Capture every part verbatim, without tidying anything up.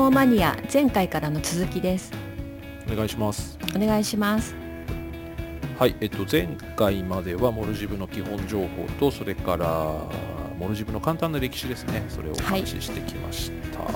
ーマニア、前回からの続きです。 お願いします。 お願いします。 はい、えっと、前回まではモルジブの基本情報と、それからモルジブの簡単な歴史ですね、それをお話ししてきました、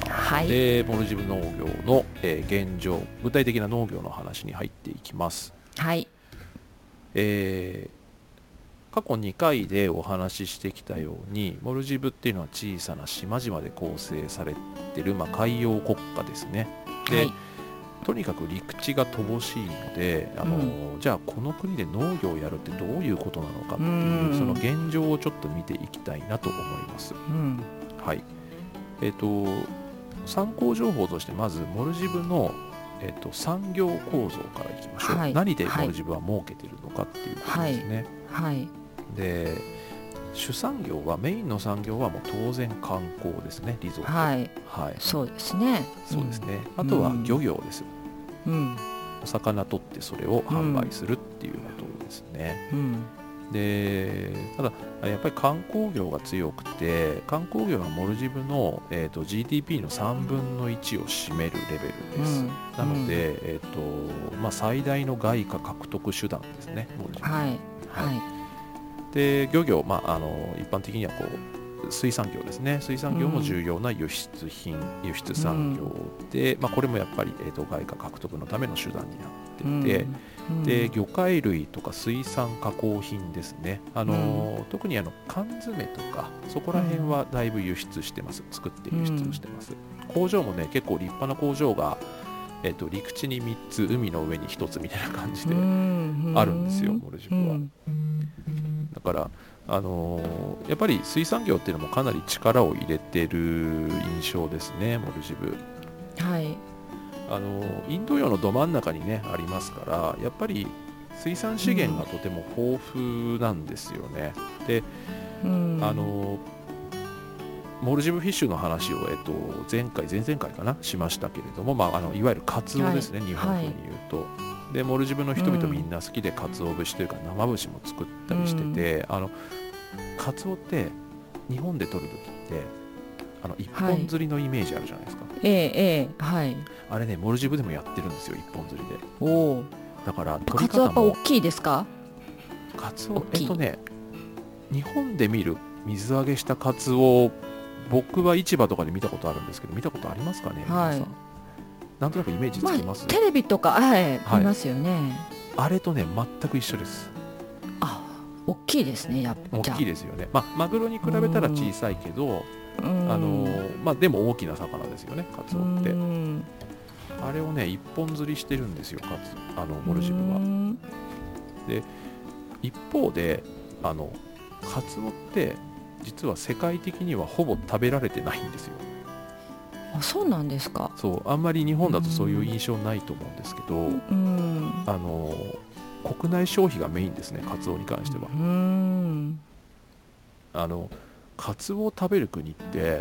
はい、でモルジブ農業の、えー、現状、具体的な農業の話に入っていきます。 はい、 えー、過去にかいでお話ししてきたように、モルジブっていうのは小さな島々で構成されている、まあ、海洋国家ですね。で、はい、とにかく陸地が乏しいので、あの、うん、じゃあこの国で農業をやるってどういうことなのかっていう、うん、その現状をちょっと見ていきたいなと思います、うん、はい。えっと参考情報として、まずモルジブの、えっと、産業構造からいきましょう、はい、何でモルジブは儲けてるのかっていうことですね、はいはい、で主産業は、メインの産業はもう当然観光ですね、リゾート、はいはい、そうですね、 そうですね、うん、あとは漁業です、うん、お魚取ってそれを販売するっていうことですね、うん、でただやっぱり観光業が強くて、観光業はモルジブの、えー、と ジーディーピー のさんぶんのいちを占めるレベルです、うん、なので、うんえーとまあ、最大の外貨獲得手段ですね、モルジブ、はいはいはいで漁業、まあ、あの一般的にはこう水産業ですね、水産業も重要な輸出品、うん、輸出産業で、まあ、これもやっぱり、えー、と外貨獲得のための手段になっていて、うん、で魚介類とか水産加工品ですね、あの、うん、特にあの缶詰とかそこら辺はだいぶ輸出してます、作って輸出してます、うん、工場もね結構立派な工場が、えー、と陸地にみっつ、海の上にひとつみたいな感じであるんですよ、モルジブは、うんだから、あのー、やっぱり水産業っていうのもかなり力を入れてる印象ですね、モルジブ、はい、あのー、インド洋のど真ん中にねありますから、やっぱり水産資源がとても豊富なんですよね、うん、で、うん、あのー、モルジブフィッシュの話を、えっと、前回前々回かなしましたけれども、まあ、あのいわゆるカツオですね、はい、日本風に言うと、はいでモルジブの人々みんな好きで鰹節というか生節も作ったりしてて、うん、あのカツオって日本で取るときってあの一本釣りのイメージあるじゃないですか、はい、ええええはい、あれねモルジブでもやってるんですよ、一本釣りで。おだから取り方もカツオやっぱ大きいですか？ カツオえっとね日本で見る水揚げしたカツオ、僕は市場とかで見たことあるんですけど、見たことありますかね、皆さん、はい、なんとなくイメージつきます、 まあ、テレビとか、はい、はい、見ますよね。 あれとね全く一緒です。 あ、大きいですね、やっぱ大きいですよね、まあ、マグロに比べたら小さいけど、あのまあ、でも大きな魚ですよね、カツオって。あれをね一本釣りしてるんですよ、カツあのモルジブは。で一方であのカツオって実は世界的にはほぼ食べられてないんですよ。 あ、そうなんですか。 そう、あんまり日本だとそういう印象ないと思うんですけど、うんあの国内消費がメインですね、カツオに関しては。うんあのカツオを食べる国って、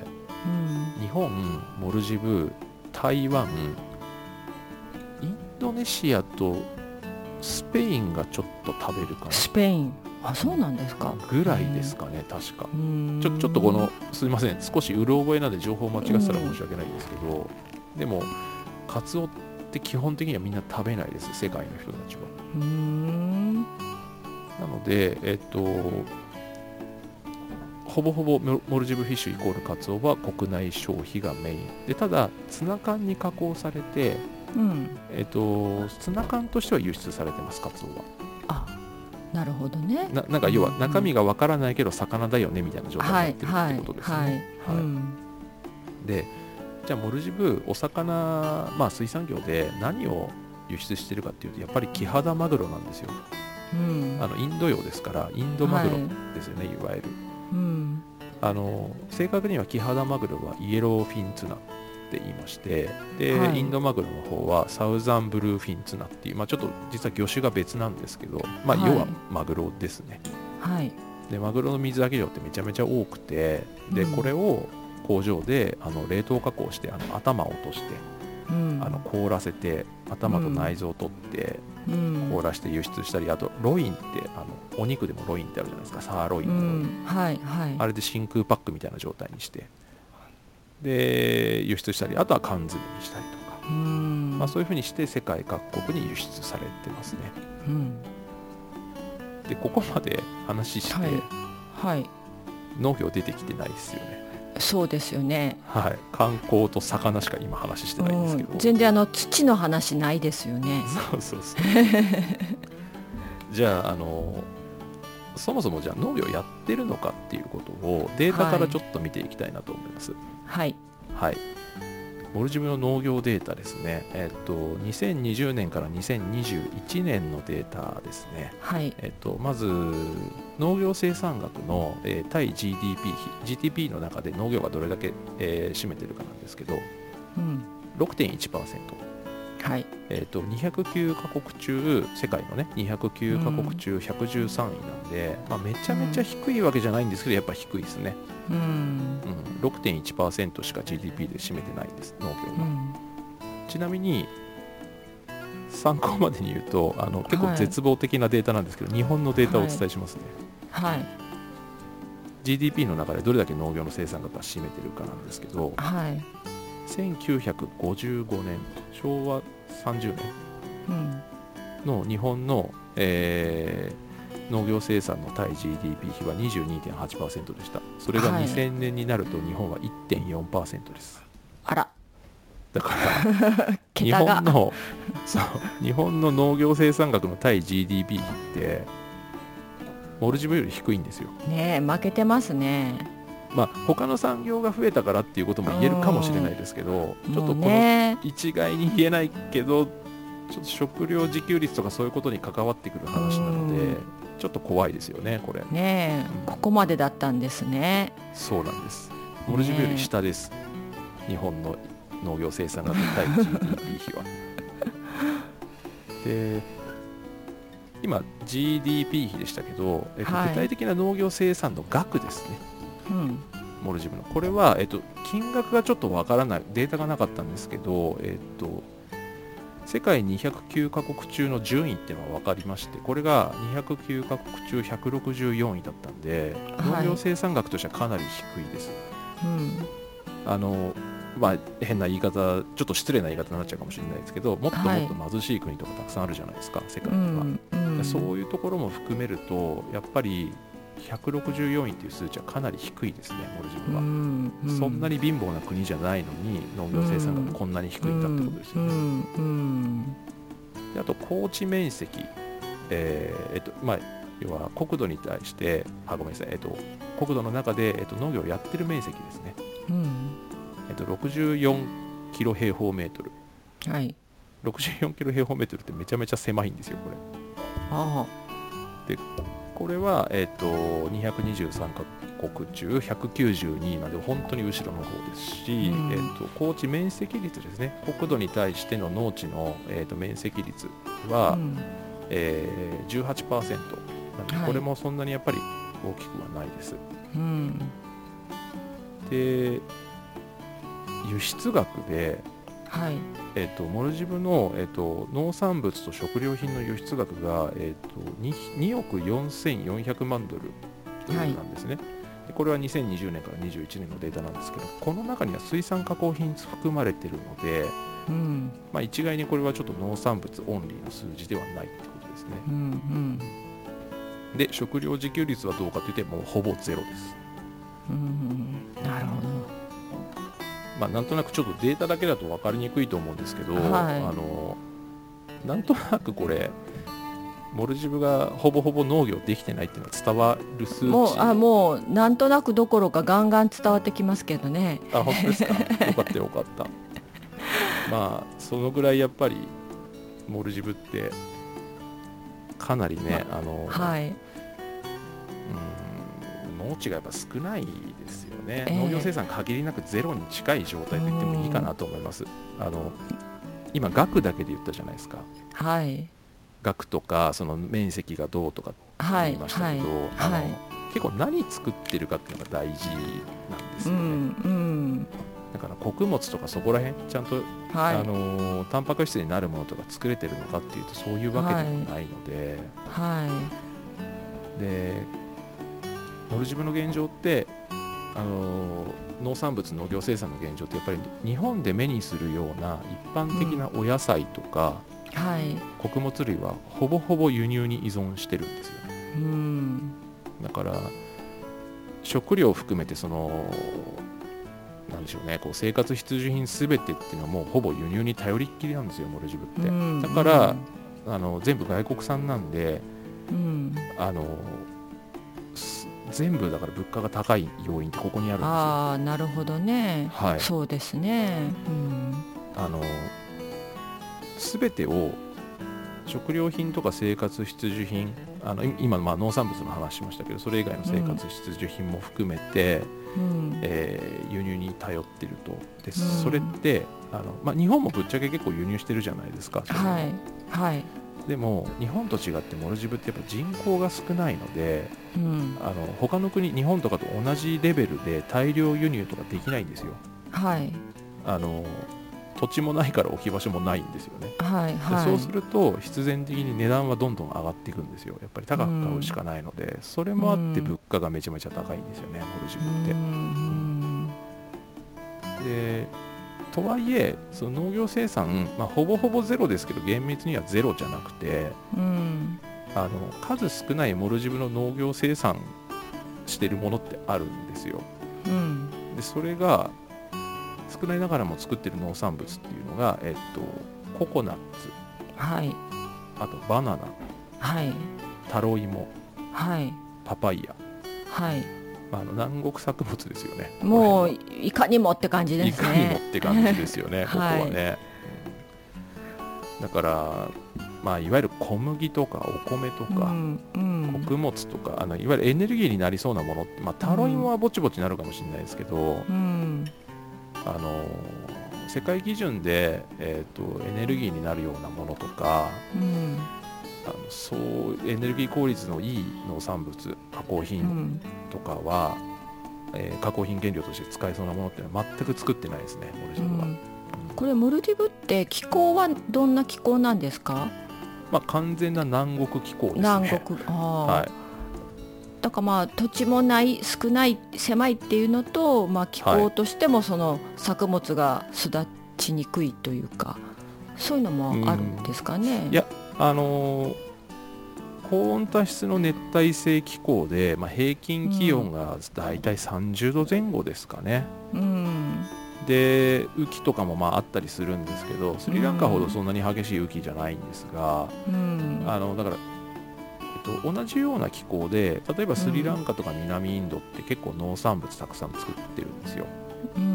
うん、日本、モルジブ、台湾、インドネシアとスペインがちょっと食べるかな。 スペイン、あ、そうなんですか。 ぐらいですかね、確か。ちょ、ちょっとこのすいません、少しうろ覚えなんで情報を間違ってたら申し訳ないんですけど、でもカツオって基本的にはみんな食べないです、世界の人たちは。うーんなので、えっとほぼほぼモルジブフィッシュイコールカツオは国内消費がメインで、ただツナ缶に加工されて、うんえっとツナ缶としては輸出されてます、カツオは。 あ、なるほどね。 な, なんか要は中身がわからないけど魚だよねみたいな状態になってるってことですね。はいはいはいうん、でじゃあモルジブお魚、まあ、水産業で何を輸出してるかっていうと、やっぱりキハダマグロなんですよ、うん、あのインド洋ですからインドマグロですよね、はい、いわゆる、うん、あの正確にはキハダマグロはイエローフィンツナって言いまして、で、はい、インドマグロの方はサウザンブルーフィンツナっていう、まあ、ちょっと実は魚種が別なんですけど、まあ、要はマグロですね、はい、でマグロの水揚げ量ってめちゃめちゃ多くて、でこれを工場であの冷凍加工してあの頭を落として、うん、あの凍らせて頭と内臓を取って、うん、凍らして輸出したり、あとロインってあのお肉でもロインってあるじゃないですか、サーロインのロイン、うんはいはい、あれで真空パックみたいな状態にしてで輸出したり、あとは缶詰にしたりとか、 うん、 まあ、そういうふうにして世界各国に輸出されてますね。 うん、 でここまで話して、はいはい、 農業出てきてないですよね。 そうですよね、 はい、観光と魚しか今話してないんですけど、 うん、全然あの土の話ないですよね。 そうそうそうじゃあ、あのそもそもじゃあ農業やってるのかっていうことをデータからちょっと見ていきたいなと思います。 はい、 はい、モルジブの農業データですね、えっと、にせんにじゅうねんからにせんにじゅういちねんのデータですね。 はい、 えっと、まず農業生産額の、えー、対 ジーディーピー 比 ジーディーピー の中で農業がどれだけ、えー、占めてるかなんですけど、 うん、 ろくてんいちパーセント、 はい、 えー、とにひゃくきゅうカ国中、世界のねにひゃくきゅうカ国中ひゃくじゅうさんいなんで、まあ、めちゃめちゃ低いわけじゃないんですけど、やっぱ低いですね。 うんうん、 ろくてんいちパーセント しか ジーディーピー で占めてないんです、農業が、うん、ちなみに参考までに言うと、あの結構絶望的なデータなんですけど、はい、日本のデータをお伝えしますね。 はい、 ジーディーピー の中でどれだけ農業の生産額が占めてるかなんですけど、はい、せんきゅうひゃくごじゅうごねん、しょうわさんじゅうねんの日本の、えー、農業生産の対 ジーディーピー 比は にじゅうにてんはちパーセント でした。それがにせんねんになると日本は いってんよんパーセント です。 あら、 だから日本のそう日本の農業生産額の対 ジーディーピー 比ってモルジブより低いんですよ。 ねえ、負けてますね。 まあ他の産業が増えたからっていうことも言えるかもしれないですけど、ちょっとこの一概に言えないけど、ちょっと食料自給率とかそういうことに関わってくる話なので、ちょっと怖いですよねこれ。 ねえ、うん、ここまでだったんですね。 そうなんです。モルジブより下です、日本の農業生産額対 ジーディーピー 比はで今 ジーディーピー 比でしたけど、えっとはい、具体的な農業生産の額ですね、うん、モルジブのこれは、えっと、金額がちょっとわからない、データがなかったんですけど、えっと、世界にひゃくきゅうカ国中の順位っていうのは分かりまして、これがにひゃくきゅうカ国中ひゃくろくじゅうよんいだったんで、はい、農業生産額としてはかなり低いです、うん、あのまあ、変な言い方、ちょっと失礼な言い方になっちゃうかもしれないですけど、もっともっと貧しい国とかたくさんあるじゃないですか、はい、世界には、うんうん、そういうところも含めるとやっぱりひゃくろくじゅうよんいっていう数値はかなり低いですね、モルジブは、うんうん、そんなに貧乏な国じゃないのに農業生産額こんなに低いんだってことですよね、うんうんうん、であと耕地面積、えーえっとまあ、要は国土に対してあごめんなさい、えっと、国土の中で、えっと、農業をやってる面積ですね、うんえっと、ろくじゅうよんキロ平方メートル、はい、ろくじゅうよんキロ平方メートルってめちゃめちゃ狭いんですよこれ。ああでこれは、えっと、にひゃくにじゅうさんカ国中ひゃくきゅうじゅうにいなので本当に後ろの方ですし、うんえっと、耕地面積率ですね、国土に対しての農地の、えっと、面積率は、うんえー、じゅうはちパーセント なので、はい、これもそんなにやっぱり大きくはないです、うん、で輸出額で、はいえー、とモルジブの、えー、と農産物と食料品の輸出額が、えー、と 2, におくよんせんよんひゃくまんドルなんですね、はい、でこれはにせんにじゅうねんからにじゅういちねんのデータなんですけど、この中には水産加工品含まれているので、うんまあ、一概にこれはちょっと農産物オンリーの数字ではないってことですね、うんうん、で食料自給率はどうかといってもうほぼゼロです、うん、なるほど。まあ、なんとなくちょっとデータだけだと分かりにくいと思うんですけど、はい、あのなんとなくこれモルジブがほぼほぼ農業できてないっていうのは伝わる数値。 もうあもうなんとなくどころかガンガン伝わってきますけどね。 あ本当ですかよかったよかったまあそのぐらいやっぱりモルジブってかなりね、まあのはい、うん農地がやっぱ少ないですよね、えー、農業生産限りなくゼロに近い状態と言ってもいいかなと思います。あの今額だけで言ったじゃないですか、はい、額とかその面積がどうとか言いましたけど、はいはいあのはい、結構何作ってるかっていうのが大事なんですよね、うんうん、だから穀物とかそこら辺ちゃんと、はい、あのタンパク質になるものとか作れてるのかっていうとそういうわけでもないので、はいはい、でモルジブの現状ってあの農産物農業生産の現状ってやっぱり日本で目にするような一般的なお野菜とか、 うん、はい、 穀物類はほぼほぼ輸入に依存してるんですよね。 うん、 だから食料を含めてそのなんでしょうね、こう生活必需品すべてっていうのはもうほぼ輸入に頼りっきりなんですよ、モルジブって、うん、だから、うん、あの全部外国産なんで、うん、あの全部だから物価が高い要因ってここにあるんですよ。 ああ、なるほどね、 はい、 そうですね、うん、 あの全てを食料品とか生活必需品、あの今、まあ、農産物の話しましたけど、それ以外の生活必需品も含めて、うんえー、輸入に頼ってると。で、うん、それってあの、まあ、日本もぶっちゃけ結構輸入してるじゃないですか。 はいはい、 でも日本と違ってモルジブってやっぱ人口が少ないので、うん、あの他の国、日本とかと同じレベルで大量輸入とかできないんですよ。 はい、あの土地もないから置き場所もないんですよね。 はいはい、 そうすると必然的に値段はどんどん上がっていくんですよ。やっぱり高く買うしかないので、うん、それもあって物価がめちゃめちゃ高いんですよね、モルジブって、うんうん、でとはいえその農業生産、まあ、ほぼほぼゼロですけど厳密にはゼロじゃなくて、うん、あの数少ないモルジブの農業生産してるものってあるんですよ、うん、でそれが少ないながらも作ってる農産物っていうのが、えっと、ココナッツ、 はい、 あとバナナ、 はい、 タロイモ、 はい、 パパイヤ、 はい、 まあ、あの南国作物ですよね。 もういかにもって感じですね。 いかにもって感じですよね、ここはね、はい、だから、まあ、いわゆる小麦とかお米とか、うんうん、穀物とかあのいわゆるエネルギーになりそうなものって、まあ、タロイモはぼちぼちなるかもしれないですけど、うん、あの世界基準で、えーと、エネルギーになるようなものとか、うん、あのそうエネルギー効率のいい農産物、加工品とかは、うんえー、加工品原料として使えそうなものっていうのは全く作ってないですね、モルジブは、うん、 これモルジブって気候はどんな気候なんですか？ まあ、完全な南国気候ですね。 南国、あ、はい、だからまあ土地もない少ない狭いっていうのと、まあ、気候としてもその作物が育ちにくいというか、はい、そういうのもあるんですかね。 いや、あのー、高温多湿の熱帯性気候で、まあ、平均気温がだいたいさんじゅうどぜん後ですかね、うん、で雨季とかもまああったりするんですけど、スリランカほどそんなに激しい雨季じゃないんですが、うん、あのだから、えっと、同じような気候で例えばスリランカとか南インドって結構農産物たくさん作ってるんですよ、うんうん、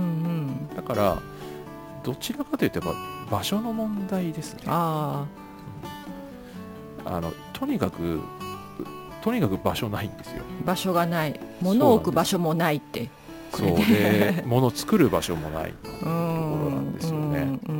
だからどちらかというとやっぱ場所の問題ですね。あ、うん、あのとにかくとにかく場所ないんですよ。 場所がない、物を置く場所もないって、 そうで物作る場所もないところなんですよね。うん、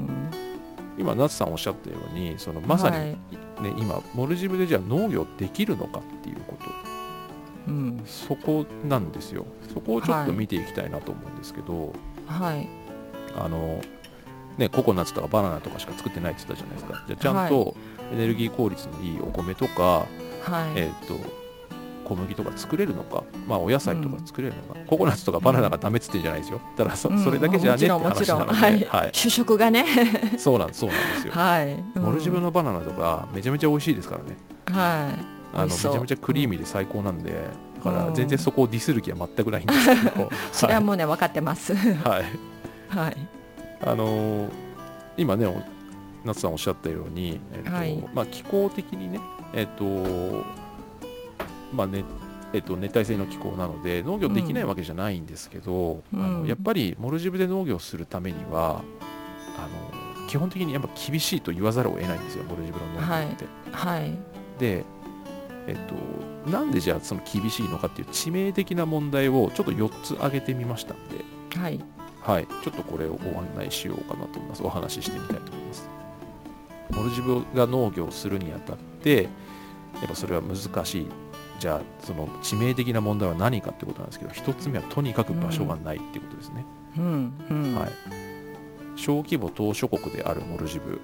今夏さんおっしゃったようにそのまさに、ね、はい、今モルジブでじゃあ農業できるのかっていうこと、うん、そこなんですよ。そこをちょっと見ていきたいなと思うんですけど、はい、あのね、ココナッツとかバナナとかしか作ってないって言ったじゃないですか。じゃあちゃんとエネルギー効率のいいお米とか、はい、えーと小麦とか作れるのか、まあ、お野菜とか作れるのか、うん、ココナッツとかバナナがダメっつってんじゃないですよ。だから そ,、うん、それだけじゃねって話なので、 はいはい、主食がねそうなんそうなんですよ、はい、うん、モルジブのバナナとかめちゃめちゃ美味しいですからね、はい、あのめちゃめちゃクリーミーで最高なんで、だから全然そこをディスる気は全くないんですけど、うん、 それはもうね、はい、分かってますはい、 はい、あのー、今ね夏さんおっしゃったように、えーとはいまあ、気候的にね、えっ、ー、とまあねえっと、熱帯性の気候なので農業できないわけじゃないんですけど、うん、あのやっぱりモルジブで農業するためにはあの基本的にやっぱ厳しいと言わざるを得ないんですよ、モルジブの農業って、はいはい、で、えっと、なんでじゃあその厳しいのかっていう致命的な問題をちょっとよっつ挙げてみましたので、はいはい、ちょっとこれをご案内しようかなと思います。お話ししてみたいと思います。モルジブが農業をするにあたってやっぱそれは難しい。じゃあその致命的な問題は何かってことなんですけど、一つ目はとにかく場所がないっていうことですね、うんうんはい、小規模島諸国であるモルジブ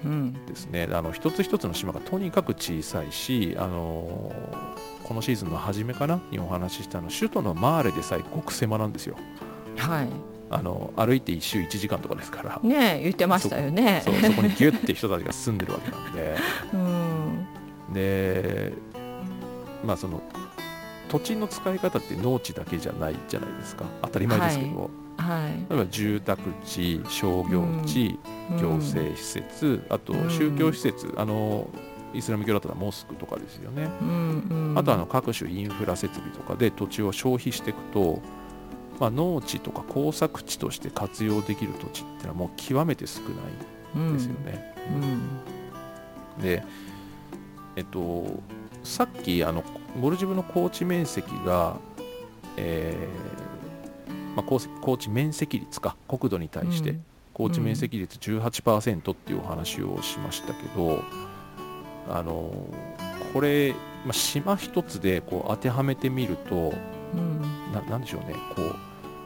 ですね、うん、あの一つ一つの島がとにかく小さいし、あのこのシーズンの初めかなにお話ししたの首都のマーレでさえ極狭なんですよ。はい、あの歩いて一周いちじかんとかですからねえ言ってましたよね。 そ, そ, そこにギュッて人たちが住んでるわけなんで、うん、でまあその土地の使い方って農地だけじゃないじゃないですか、当たり前ですけど、はいはい、例えば住宅地、商業地、うん、行政施設、うん、あと宗教施設、うん、あのイスラム教だったらモスクとかですよね、うんうん、あとあの各種インフラ設備とかで土地を消費していくと、まあ、農地とか耕作地として活用できる土地っていうのはもう極めて少ないですよね、うんうん、でえっとさっきあのモルジブの耕地面積が、えーまあ、耕地面積率か国土に対して耕地面積率 じゅうはちパーセント っていうお話をしましたけど、あのこれ、まあ、島一つでこう当てはめてみると、うん、な, なんでしょうねこう、うん、例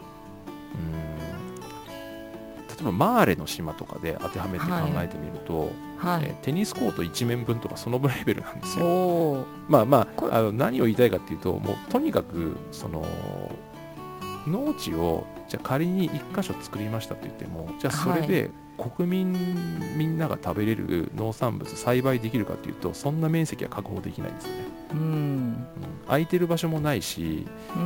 えばマーレの島とかで当てはめて考えてみると、はい、えー、テニスコートいちめんぶんとかそのレベルなんですよ。まあまあ、あの何を言いたいかっていうと、もうとにかくその農地をじゃあ仮にいっかしょ作りましたと言っても、じゃあそれで国民みんなが食べれる農産物栽培できるかというと、そんな面積は確保できないんですよね、うんうん、空いてる場所もないし、うん、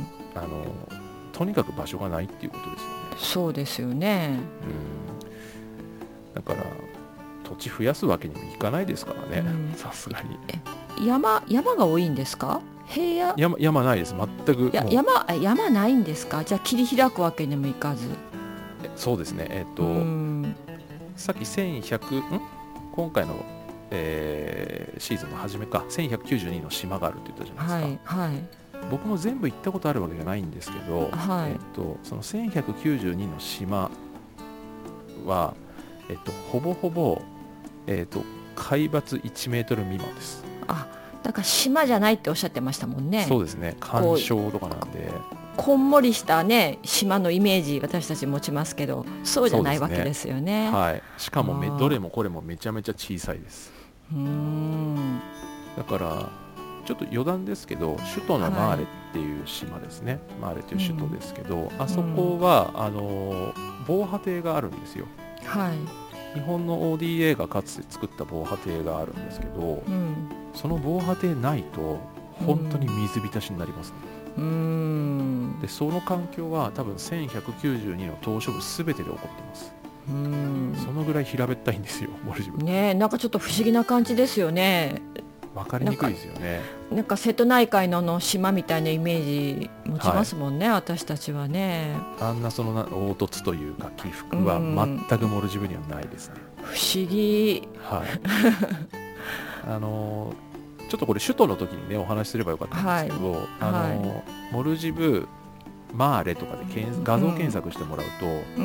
あのとにかく場所がないっていうことですよね。 そうですよね、 うん、だから土地増やすわけにもいかないですからね、さすがに。 山山が多いんですか？平野山, 山ないです、全く。 や 山, 山ないんですか？じゃあ切り開くわけにもいかず。 そうですね、えっ、ー、とさっきせんひゃくん今回の、えー、シーズンの初めかせんひゃくきゅうじゅうにの島があるって言ったじゃないですか、はいはい、僕も全部行ったことあるわけじゃないんですけど、はい、えっ、ー、とそのせんひゃくきゅうじゅうにの島は、えっ、ー、とほぼほぼ、えー、と海抜いちメートル未満です。 あ、だから島じゃないっておっしゃってましたもんね。 そうですね、干渉とかなんでこんもりしたね島のイメージ私たち持ちますけど、そうじゃないわけですよね。 はい、しかもめどれもこれもめちゃめちゃ小さいです。うーん、だからちょっと余談ですけど、首都のマーレっていう島ですね、はい、マーレという首都ですけど、うん、あそこは、うん、あの防波堤があるんですよ。はい、日本の オーディーエー がかつて作った防波堤があるんですけど、うん、その防波堤ないと本当に水浸しになりますね。うーん、でその環境は多分せんひゃくきゅうじゅうにの島しょ部全てで起こっています。うーん、そのぐらい平べったいんですよ、モルジブね。なんかちょっと不思議な感じですよね。 分かりにくいですよね。 なんか瀬戸内海のの島みたいなイメージ持ちますもんね、はい、私たちはね。 あんなそのな凹凸というか起伏は全くモルジブにはないですね。 不思議。はい。 あのちょっとこれ首都の時にねお話しすればよかったんですけど、はい、あの、はい、モルジブマーレとかで画像検索してもらうと、うん、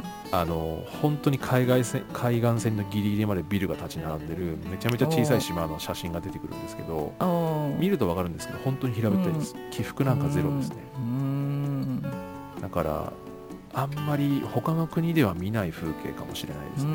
あの本当に海外線海岸線のギリギリまでビルが立ち並んでるめちゃめちゃ小さい島の写真が出てくるんですけど、見ると分かるんですけど本当に平べったいです、うん、起伏なんかゼロですね、うん、だからあんまり他の国では見ない風景かもしれないですね。うん、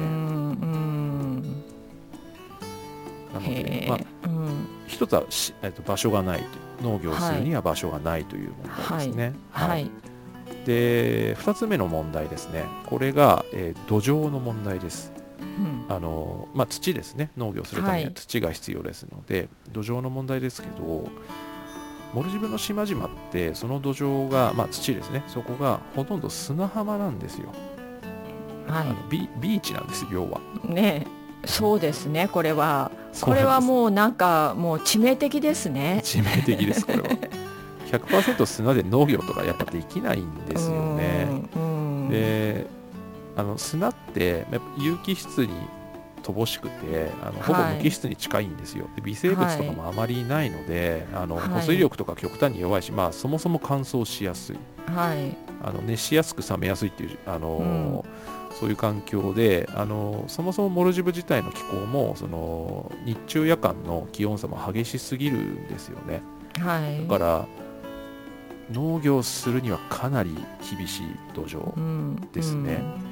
なので、まあうん、一つは、えっと、場所がないという、農業をするには場所がないという問題ですね。はいはいはい、でふたつめの問題ですね、これが、えー、土壌の問題です。うん、あのまあ、土ですね、農業するためには土が必要ですので、はい、土壌の問題ですけど、モルジブの島々ってその土壌が、まあ、土ですね、そこがほとんど砂浜なんですよ。はい、あの ビ, ビーチなんです要はね。そうですね、これはこれはもうなんかもう致命的ですね。 致命的ですこれは。ひゃくパーセント 砂で農業とかやっぱできないんですよね。であの砂ってやっぱ有機質に乏しくて、あのほぼ無機質に近いんですよ。で微生物とかもあまりいないので、はい、あの保水力とか極端に弱いし、まあ、そもそも乾燥しやすい、はい、あの熱しやすく冷めやすいっていうあの、うん、そういう環境で、あのそもそもモルジブ自体の気候もその日中夜間の気温差も激しすぎるんですよね。はい、だから農業するにはかなり厳しい土壌ですね。うんうん、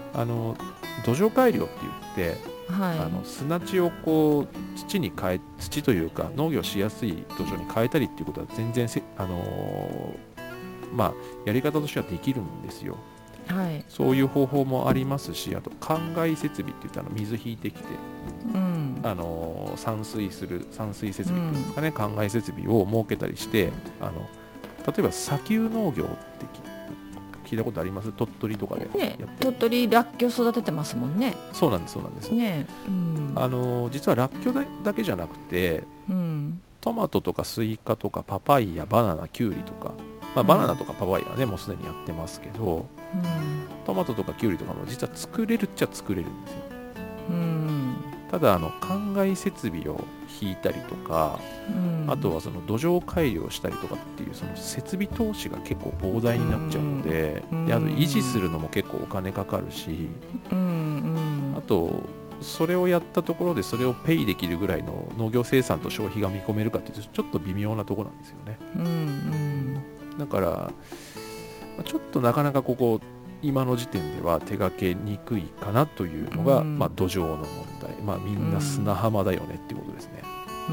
あの土壌改良って言って、はい、あの砂地をこう土に変え土というか農業しやすい土壌に変えたりっていうことは全然せ、あのー、まあやり方としてはできるんですよ。はい、そういう方法もありますし、あと灌漑設備っていったら水引いてきて、うん、あの散水する散水設備ですかね、うん、灌漑設備を設けたりして、あの例えば砂丘農業って聞いたことあります？鳥取とかでやってる、 ね、鳥取らっきょう育ててますもんね。 そうなんですそうなんです、 ね、うん、 あの実はらっきょうだけじゃなくて、うん、トマトとかスイカとかパパイヤ、バナナ、キュウリとか、まあ、バナナとかパパイヤはね、うん、もうすでにやってますけど、うん、トマトとかキュウリとかも実は作れるっちゃ作れるんですよ。うん、ただあの灌漑設備を引いたりとか、うん、あとはその土壌改良したりとかっていうその設備投資が結構膨大になっちゃうので、うん、であと維持するのも結構お金かかるし、うん、あとそれをやったところでそれをペイできるぐらいの農業生産と消費が見込めるかっていうとちょっと微妙なところなんですよね。うんうん、だからちょっとなかなかここ今の時点では手がけにくいかなというのが、うん、まあ、土壌の問題、まあ、みんな砂浜だよねっていうことですね。うん、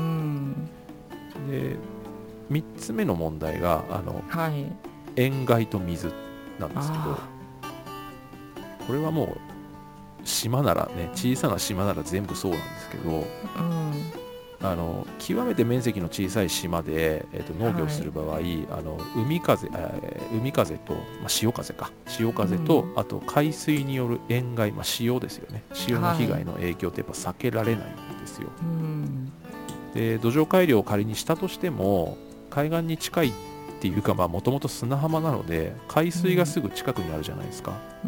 でみっつめの問題があの、はい、塩害と水なんですけど、これはもう島ならね小さな島なら全部そうなんですけど、うん、あの極めて面積の小さい島で、えー、と農業する場合、はい、あの海風、えー、海風と、まあ、潮風か潮風と、うん、あと海水による塩害、まあ、潮ですよね。潮の被害の影響ってやっぱ避けられないんですよ。はい、で土壌改良を仮にしたとしても海岸に近いっていうかもともと砂浜なので海水がすぐ近くにあるじゃないですか。うん、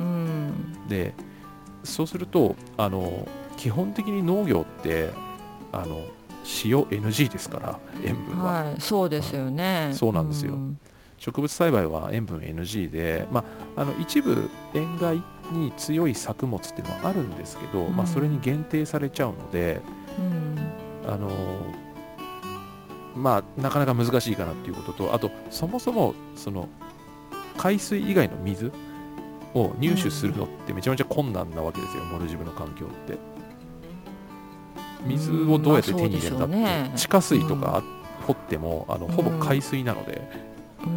でそうするとあの基本的に農業ってあの塩 エヌジー ですから塩分は、 はい、そうですよね、 うん、そうなんですよ、うん、植物栽培は塩分 エヌジー で、まあ、あの一部塩害に強い作物っていうのはあるんですけど、うん、まあ、それに限定されちゃうので、うん、あのまあなかなか難しいかなっていうことと、あとそもそもその海水以外の水を入手するのってめちゃめちゃ困難なわけですよ、モルジブの環境って。水をどうやって手に入れるんだって、うん、まあね、地下水とか掘っても、うん、あのほぼ海水なので、うん、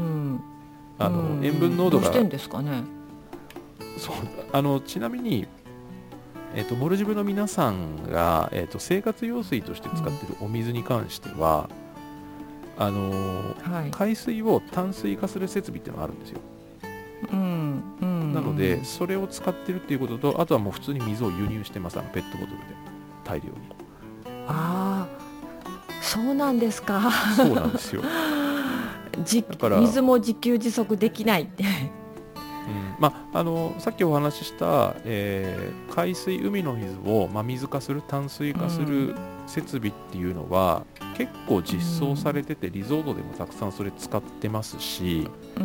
あの、うん、塩分濃度がどうしてんですかね。 そうあのちなみに、えーと、モルジブの皆さんが、えーと、生活用水として使っているお水に関しては、うん、あのはい、海水を淡水化する設備っていうのがあるんですよ。うんうん、なのでそれを使ってるっていうことと、あとはもう普通に水を輸入してます、あのペットボトルで大量に。 ああ、そうなんですか。 そうなんですよ。 だから水も自給自足できないって、うん、 まあ、あのさっきお話しした、えー、海水海の水を、まあ、水化する淡水化する設備っていうのは、うん、結構実装されてて、リゾートでもたくさんそれ使ってますし、うん、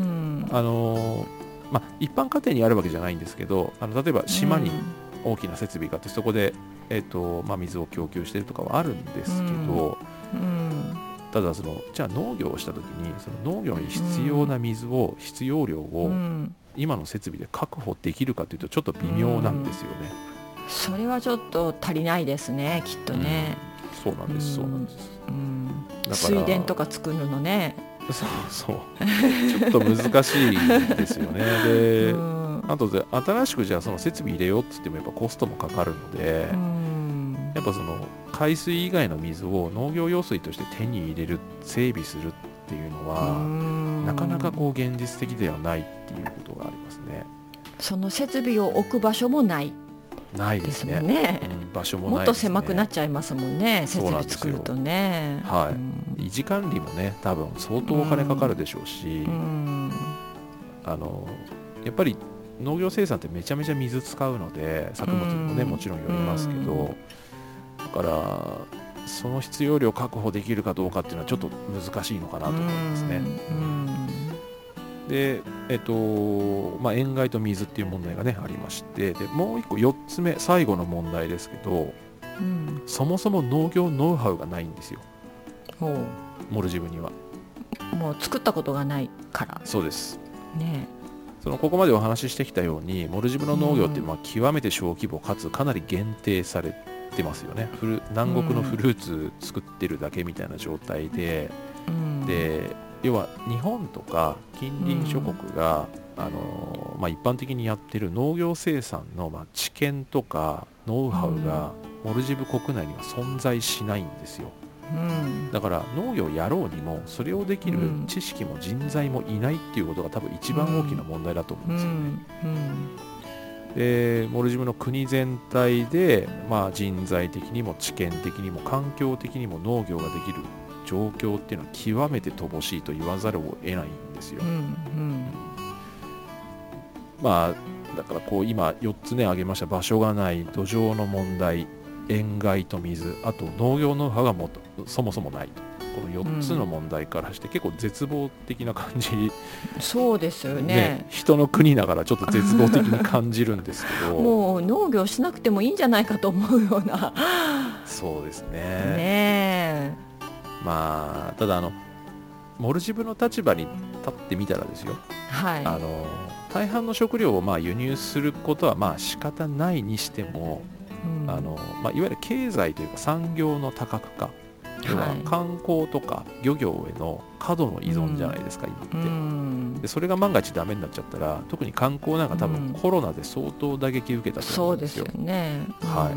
あのまあ、一般家庭にあるわけじゃないんですけど、あの例えば島に大きな設備があって、そこでえーとまあ、水を供給しているとかはあるんですけど、うんうん、ただそのじゃあ農業をしたときにその農業に必要な水を、うん、必要量を今の設備で確保できるかというとちょっと微妙なんですよね、 うん、それはちょっと足りないですね、きっとね、 うん、そうなんです、そうなんです、 うん、だから水田とか作るのね、 そうそうちょっと難しいですよね。で、うん、あとで新しくじゃあその設備入れようって言ってもやっぱコストもかかるので、うん、やっぱその海水以外の水を農業用水として手に入れる、整備するっていうのは、うん、なかなかこう現実的ではないっていうことがありますね。 その設備を置く場所もないないですね、 ね、 うん、場所もないですね。 もっと狭くなっちゃいますもんね、設備作るとね。 はい、うん、維持管理もね多分相当お金かかるでしょうし、うん、あのやっぱり農業生産ってめちゃめちゃ水使うので、作物にもね、うん、もちろんよりますけど、うん、だからその必要量確保できるかどうかっていうのはちょっと難しいのかなと思いますね。うんうんで、えっとまあ、塩害と水っていう問題がねありまして、でもう一個よっつめ最後の問題ですけど、うん、そもそも農業ノウハウがないんですよ、モルジブには。 もう作ったことがないから。 そうです、 ね、 そのここまでお話ししてきたようにモルジブの農業ってまあ極めて小規模かつかなり限定されてますよね。フル南国のフルーツ作ってるだけみたいな状態で、うん、で要は日本とか近隣諸国が、うん、あのまあ、一般的にやってる農業生産のまあ知見とかノウハウがモルジブ国内には存在しないんですよ。うん、だから農業やろうにもそれをできる知識も人材もいないっていうことが多分一番大きな問題だと思うんですよね。うんうんうん、でモルジブの国全体で、まあ、人材的にも知見的にも環境的にも農業ができる状況っていうのは極めて乏しいと言わざるを得ないんですよ。うんうん、まあだからこう今よっつね挙げました場所がない土壌の問題塩害と水あと農業ノウハウがもそもそもないとこのよっつの問題からして結構絶望的な感じ、うん、 そうですよ ね, ね人の国ながらちょっと絶望的に感じるんですけどもう農業しなくてもいいんじゃないかと思うようなそうですね。 ねまあただあのモルジブの立場に立ってみたらですよ、はい、あの大半の食料をまあ輸入することはまあ仕方ないにしてもうんあのまあ、いわゆる経済というか産業の多角化、要は観光とか漁業への過度の依存じゃないですか、うん、今って、うん、でそれが万が一ダメになっちゃったら特に観光なんか多分コロナで相当打撃受けたと思うんですよ。 そうですよね、 はい、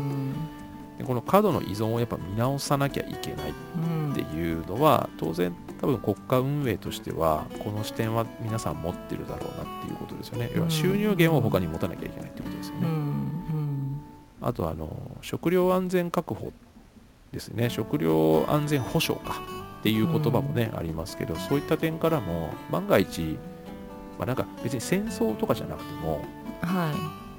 でこの過度の依存をやっぱ見直さなきゃいけないっていうのは、うん、当然多分国家運営としてはこの視点は皆さん持ってるだろうなっていうことですよね。要は収入源を他に持たなきゃいけないってことですよね。うんあとあの食料安全確保ですね、食料安全保障かっていう言葉もね、うん、ありますけど、そういった点からも万が一、まあ、なんか別に戦争とかじゃなくても、はい、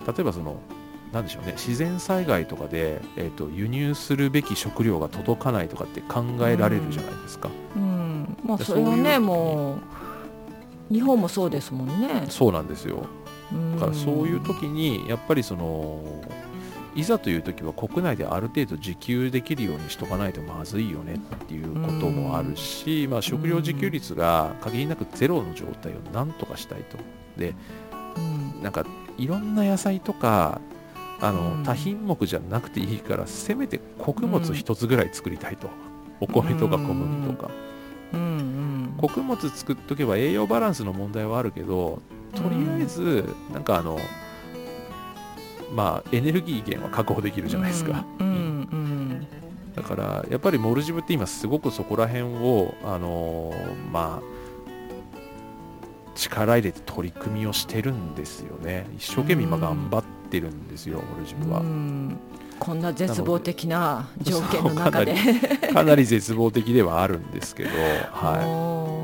例えばそのなんでしょうね、自然災害とかで、えーと、輸入するべき食料が届かないとかって考えられるじゃないですか。うんうんまあ、それはねもう日本もそうですもんね。 そうなんですよ。だからそういう時にやっぱりそのいざという時は国内である程度自給できるようにしとかないとまずいよねっていうこともあるし、まあ、食料自給率が限りなくゼロの状態をなんとかしたいと。で、なんかいろんな野菜とかあの多品目じゃなくていいからせめて穀物一つぐらい作りたいと、お米とか小麦とか、穀物作っとけば栄養バランスの問題はあるけど、とりあえずなんかあのまあ、エネルギー源は確保できるじゃないですか、うんうんうん、だからやっぱりモルジブって今すごくそこら辺を、あのー、まあ力入れて取り組みをしてるんですよね。一生懸命今頑張ってるんですよ、モルジブは。うんこんな絶望的な条件の中でかなり、かなり絶望的ではあるんですけど、はい、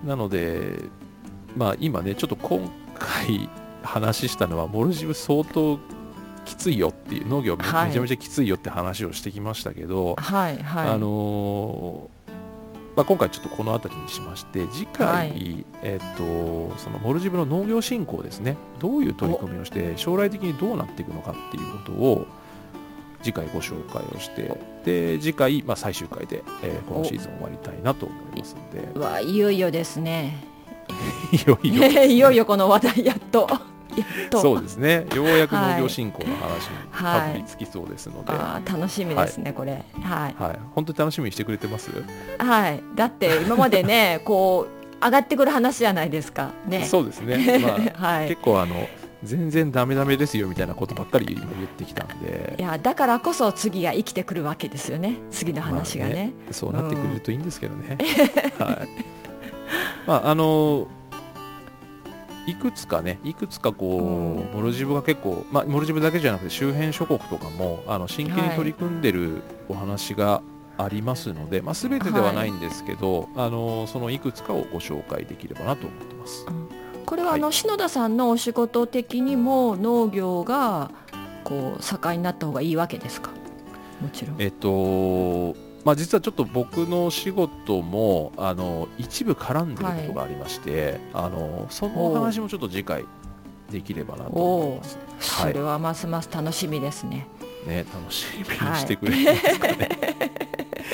なので、まあ、今ねちょっと今回話したのはモルジブ相当きついよっていう、農業めちゃめちゃきついよって話をしてきましたけど、はいはい、あのーまあ、今回ちょっとこの辺りにしまして、次回、はい、えー、とそのモルジブの農業振興ですね、どういう取り組みをして将来的にどうなっていくのかっていうことを次回ご紹介をして、で次回、まあ、最終回で、えー、このシーズン終わりたいなと思いますので。 うわいよいよですねいよいよいよいよこの話題やっとやっとそうですね、ようやく農業振興の話にたどり着きそうですので、はいはい、あ楽しみですね、はい、これ、はいはい、本当に楽しみにしてくれてます？ はい、だって今までねこう上がってくる話じゃないですかね。 そうですね、まあはい、結構あの全然ダメダメですよみたいなことばっかり今言ってきたんで、 いやだからこそ次が生きてくるわけですよね、次の話が ね,、まあ、ねそうなってくれるといいんですけどね、うん、はいまああのいくつかね、いくつかこう、うん、モルジブが結構、まあ、モルジブだけじゃなくて周辺諸国とかもあの真剣に取り組んでるお話がありますので、はいまあ、全てではないんですけど、はい、あのそのいくつかをご紹介できればなと思ってます、うん、 これはあの、はい、篠田さんのお仕事的にも農業がこう盛んになった方がいいわけですか？もちろん。 えっとまあ、実はちょっと僕の仕事もあの一部絡んでることがありまして、はい、あのその話もちょっと次回できればなと思います。 それはますます楽しみですね。 ね、楽しみにしてくれますかね。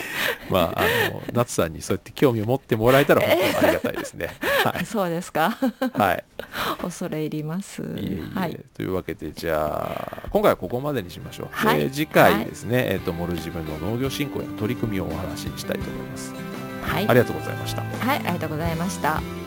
まあ、あの夏さんにそうやって興味を持ってもらえたら本当にありがたいですね。はい、 そうですか。 はい、 恐れ入ります。いえいえ、 はい、 というわけでじゃあ今回はここまでにしましょう。 はい、 で次回ですね、はい、えーと、モルジブの農業振興への取り組みをお話ししたいと思います。 はい、 ありがとうございました。 はい、ありがとうございました。